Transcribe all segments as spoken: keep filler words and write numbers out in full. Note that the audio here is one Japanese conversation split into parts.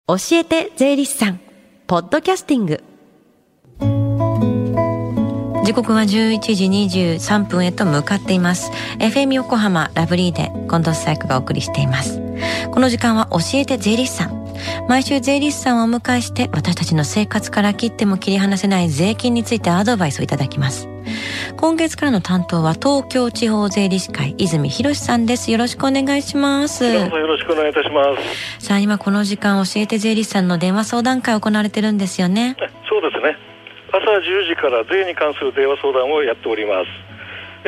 教えて税理士さんポッドキャスティング。時刻はじゅういちじにじゅうさんぷんへと向かっています。 エフエム 横浜ラブリーで近藤紗友香がお送りしています。この時間は教えて税理士さん。毎週税理士さんをお迎えして私たちの生活から切っても切り離せない税金についてアドバイスをいただきます。今月からの担当は東京地方税理士会泉博さんです。よろしくお願いします。 よろしくお願いいたします。 さあ、今この時間教えて税理士さんの電話相談会行われてるんですよね。 そうですね。朝じゅうじから税に関する電話相談をやっております。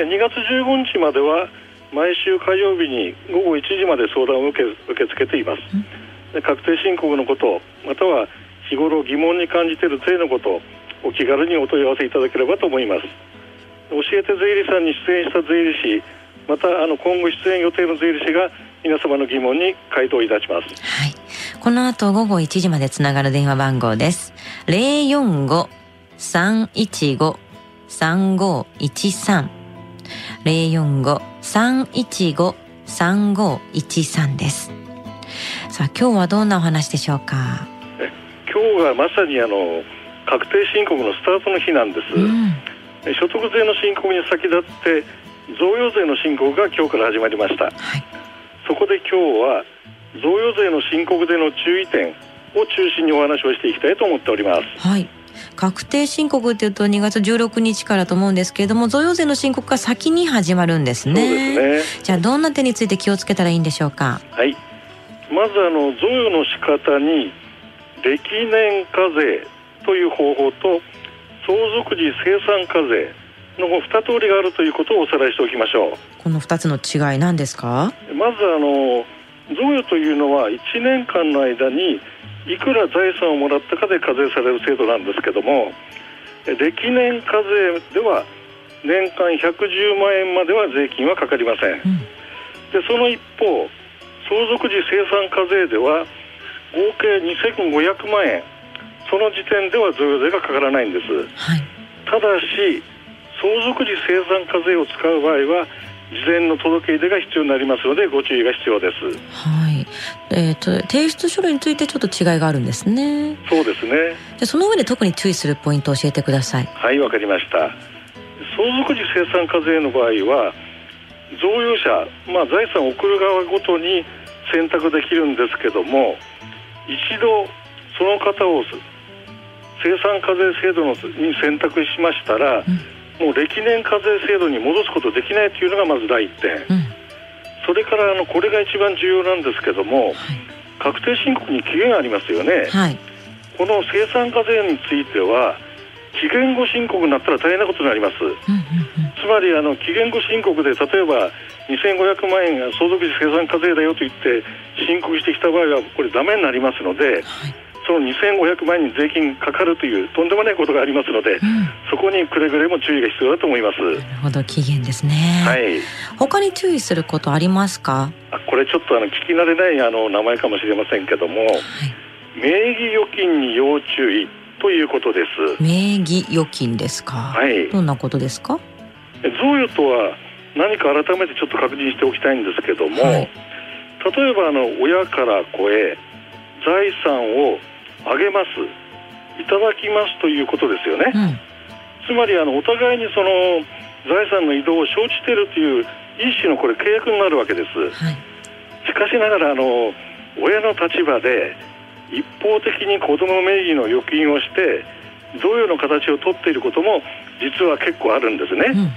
にがつじゅうごにちまでは毎週火曜日にごごいちじまで相談を受け、受け付けています。で、確定申告のこと、または日頃疑問に感じている税のこと、お気軽にお問い合わせいただければと思います。教えて税理士さんに出演した税理士、またあの今後出演予定の税理士が皆様の疑問に回答いたします。 はい、この後ごごいちじまでつながる電話番号です。 ゼロよんご さんいちご さんごいちさん ゼロよんご さんいちご さんごいちさんです。さあ、今日はどんなお話でしょうか。 え今日がまさにあの確定申告のスタートの日なんです、うん、所得税の申告に先立って贈与税の申告が今日から始まりました、はい、そこで今日は贈与税の申告での注意点を中心にお話をしていきたいと思っております。 はい、確定申告っていうとにがつじゅうろくにちからと思うんですけれども、贈与税の申告が先に始まるんですね。 そうですね。 じゃあどんな点について気をつけたらいいんでしょうか。 はい、まずあの贈与の仕方に歴年課税という方法と相続時生産課税のに通りがあるということをおさらいしておきましょう。 このふたつの違い何ですか。 まずあの贈与というのはいちねんかんの間にいくら財産をもらったかで課税される制度なんですけども、歴年課税では年間ひゃくじゅうまんえんまでは税金はかかりません、うん、でその一方相続時生産課税では合計にせんごひゃくまんえん、その時点では贈与税がかからないんです、はい、ただし相続時生産課税を使う場合は事前の届け出が必要になりますのでご注意が必要です。 はい、えー、と提出書類についてちょっと違いがあるんですね。 そうですね。 でその上で特に注意するポイントを教えてください。 はい、わかりました。相続時生産課税の場合は贈与者、まあ、財産を送る側ごとに選択できるんですけども、一度その方を生産課税制度に選択しましたら、うん、もう歴年課税制度に戻すことできないというのがまず第一点、うん、それからあのこれが一番重要なんですけども、はい、確定申告に期限がありますよね、はい、この生産課税については期限後申告になったら大変なことになります、うんうんうん、つまりあの期限後申告で例えばにせんごひゃくまんえんが相続時生産課税だよと言って申告してきた場合はこれダメになりますので、はい、そのにせんごひゃくまんえんに税金かかるというとんでもないことがありますので、うん、そこにくれぐれも注意が必要だと思います。なるほど、期限ですね、はい、他に注意することありますか。 あこれちょっとあの聞き慣れないあの名前かもしれませんけども、はい、名義預金に要注意ということです。 名義預金ですか。はい、どんなことですか。 贈与とは何か改めてちょっと確認しておきたいんですけども、はい、例えばあの親から子へ財産をあげます、いただきますということですよね、うん、つまりあのお互いにその財産の移動を承知しているという一種のこれ契約になるわけです、はい、しかしながらあの親の立場で一方的に子ども名義の預金をして贈与の形を取っていることも実は結構あるんですね、うんうんうん、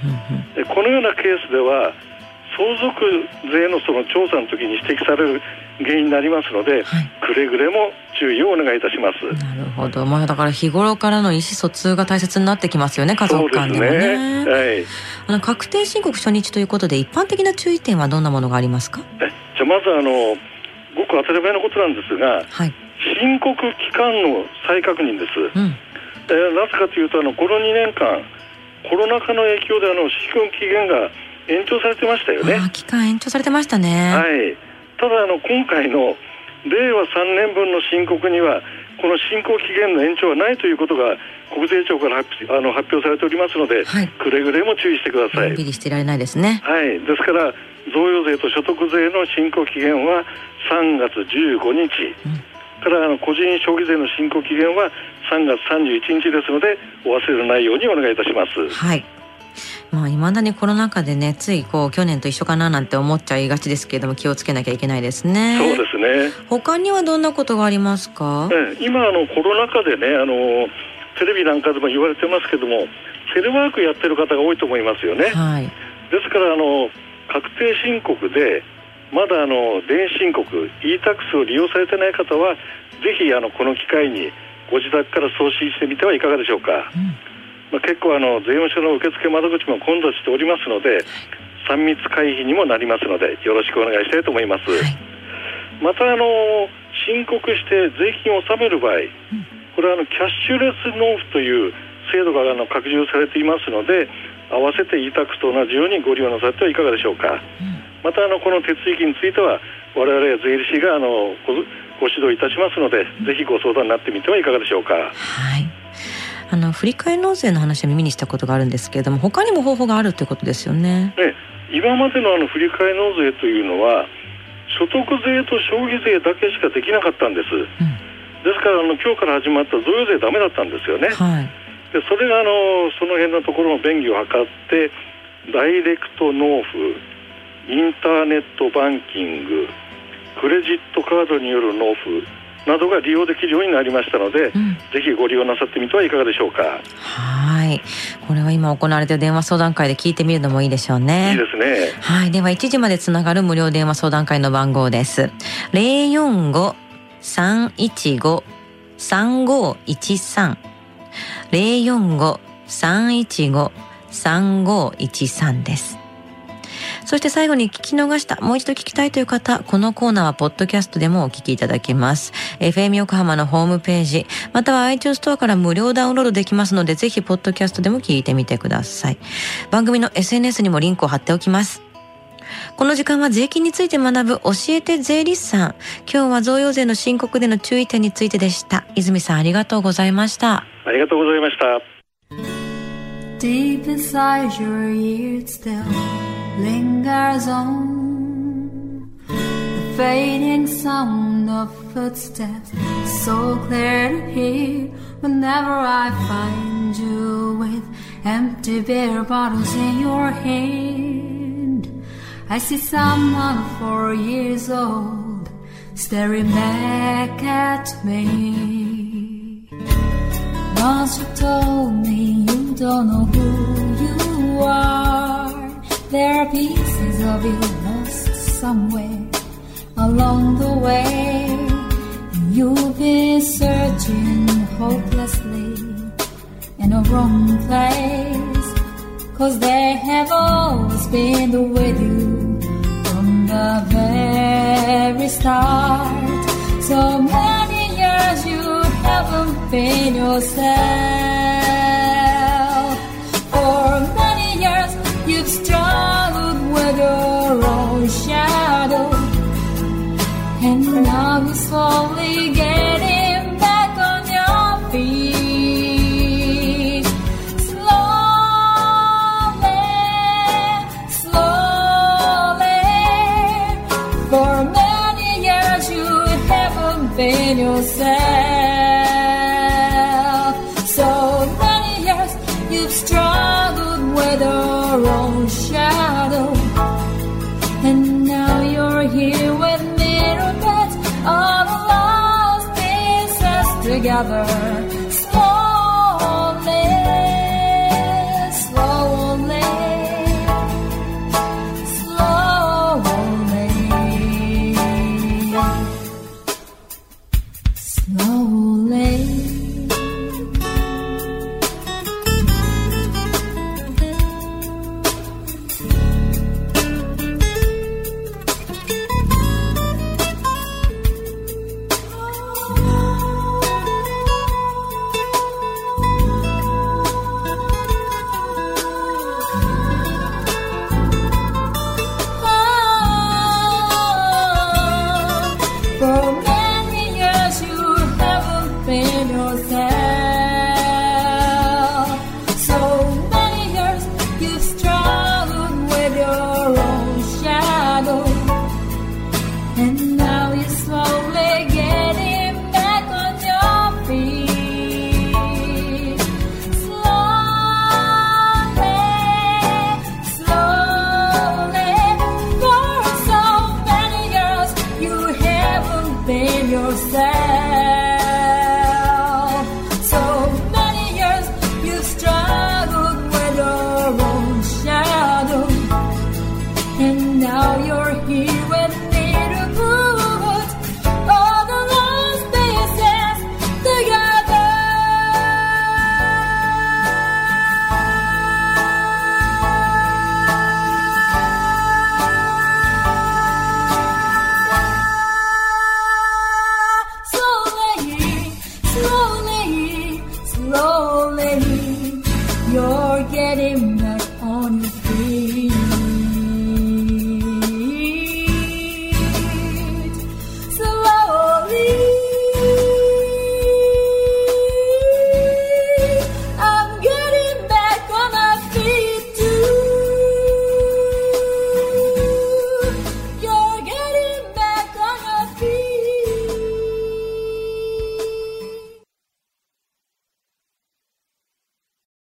でこのようなケースでは相続税のその調査の時に指摘される原因になりますので、はい、くれぐれも注意をお願いいたします。 なるほど、まあ、だから日頃からの意思疎通が大切になってきますよね、家族間でもね。そうですね、はい、あの確定申告初日ということで一般的な注意点はどんなものがありますか。 えじゃあまずあのごく当たり前のことなんですが、はい、申告期間の再確認です、うんえー、なぜかというとあのこのにねんかんコロナ禍の影響であの支給期限が延長されてましたよね。 あ期間延長されてましたね。 はい、ただあの今回のれいわさんねんぶんの申告にはこの申告期限の延長はないということが国税庁から発表、あの発表されておりますので、はい、くれぐれも注意してください。 のんびりしていられないですね。 はい、ですから贈与税と所得税の申告期限はさんがつじゅうごにち、うん、かからあの個人消費税の申告期限はさんがつさんじゅういちにちですので、お忘れのないようにお願いいたします。 はい。まあ、未だにコロナ禍でね、ついこう去年と一緒かななんて思っちゃいがちですけれども、気をつけなきゃいけないですね。 そうですね。 他にはどんなことがありますか？ え今あのコロナ禍でね、あのテレビなんかでも言われてますけども、テレワークやってる方が多いと思いますよね。 はい。 ですからあの確定申告でまだあの電子申告 e タックスを利用されてない方は、ぜひあのこの機会にご自宅から送信してみてはいかがでしょうか。うん、まあ、結構あの税務署の受付窓口も混雑しておりますので、さん密回避にもなりますので、よろしくお願いしたいと思います。はい、またあの申告して税金を納める場合、うん、これはあのキャッシュレス納付という制度があの拡充されていますので、合わせて e タックスと同じようにご利用なさってはいかがでしょうか。うん、またあのこの手続きについては我々や税理士があの ご, ご指導いたしますので、ぜひご相談になってみてはいかがでしょうか。 はい。あの振り替え納税の話は耳にしたことがあるんですけれども、他にも方法があるということですよね。 ね、今までのあの振り替え納税というのは所得税と消費税だけしかできなかったんです。うん、ですからあの今日から始まった贈与税ダメだったんですよね。はい、でそれがあのその辺のところの便宜を図って、ダイレクト納付、インターネットバンキング、クレジットカードによる納付などが利用できるようになりましたので、うん、ぜひご利用なさってみてはいかがでしょうか。 はい。これは今行われている電話相談会で聞いてみるのもいいでしょうね。 いいですね。 はい。ではいちじまでつながる無料電話相談会の番号です。ゼロよんご さんいちご さんごいちさん ゼロよんご さんいちご さんごいちさんです。そして最後に聞き逃した、もう一度聞きたいという方、このコーナーはポッドキャストでもお聞きいただけます。エフエム 横浜のホームページ、または iTunes ストアから無料ダウンロードできますので、ぜひポッドキャストでも聞いてみてください。番組の エスエヌエス にもリンクを貼っておきます。この時間は税金について学ぶ教えて税理士さん。今日は贈与税の申告での注意点についてでした。泉さん、ありがとうございました。 ありがとうございました。 Deep inside your ears still lingers on the fading sound of footsteps, so clear to hear whenever I find you with empty beer bottles in your hand. I see someone four years old staring back at me. Once you told me you don't know who you are.There are pieces of you lost somewhere along the way. You've been searching hopelessly in a wrong place, 'cause they have always been with you from the very start. So many years you haven't been yourself. For many years you've struggled with your own shadow, and now you're slowly getting back on your feet. Slowly, slowly. For many years you haven't been yourself. So many years you've struggled with your own shadow, and now you're here with me to put all the lost pieces together.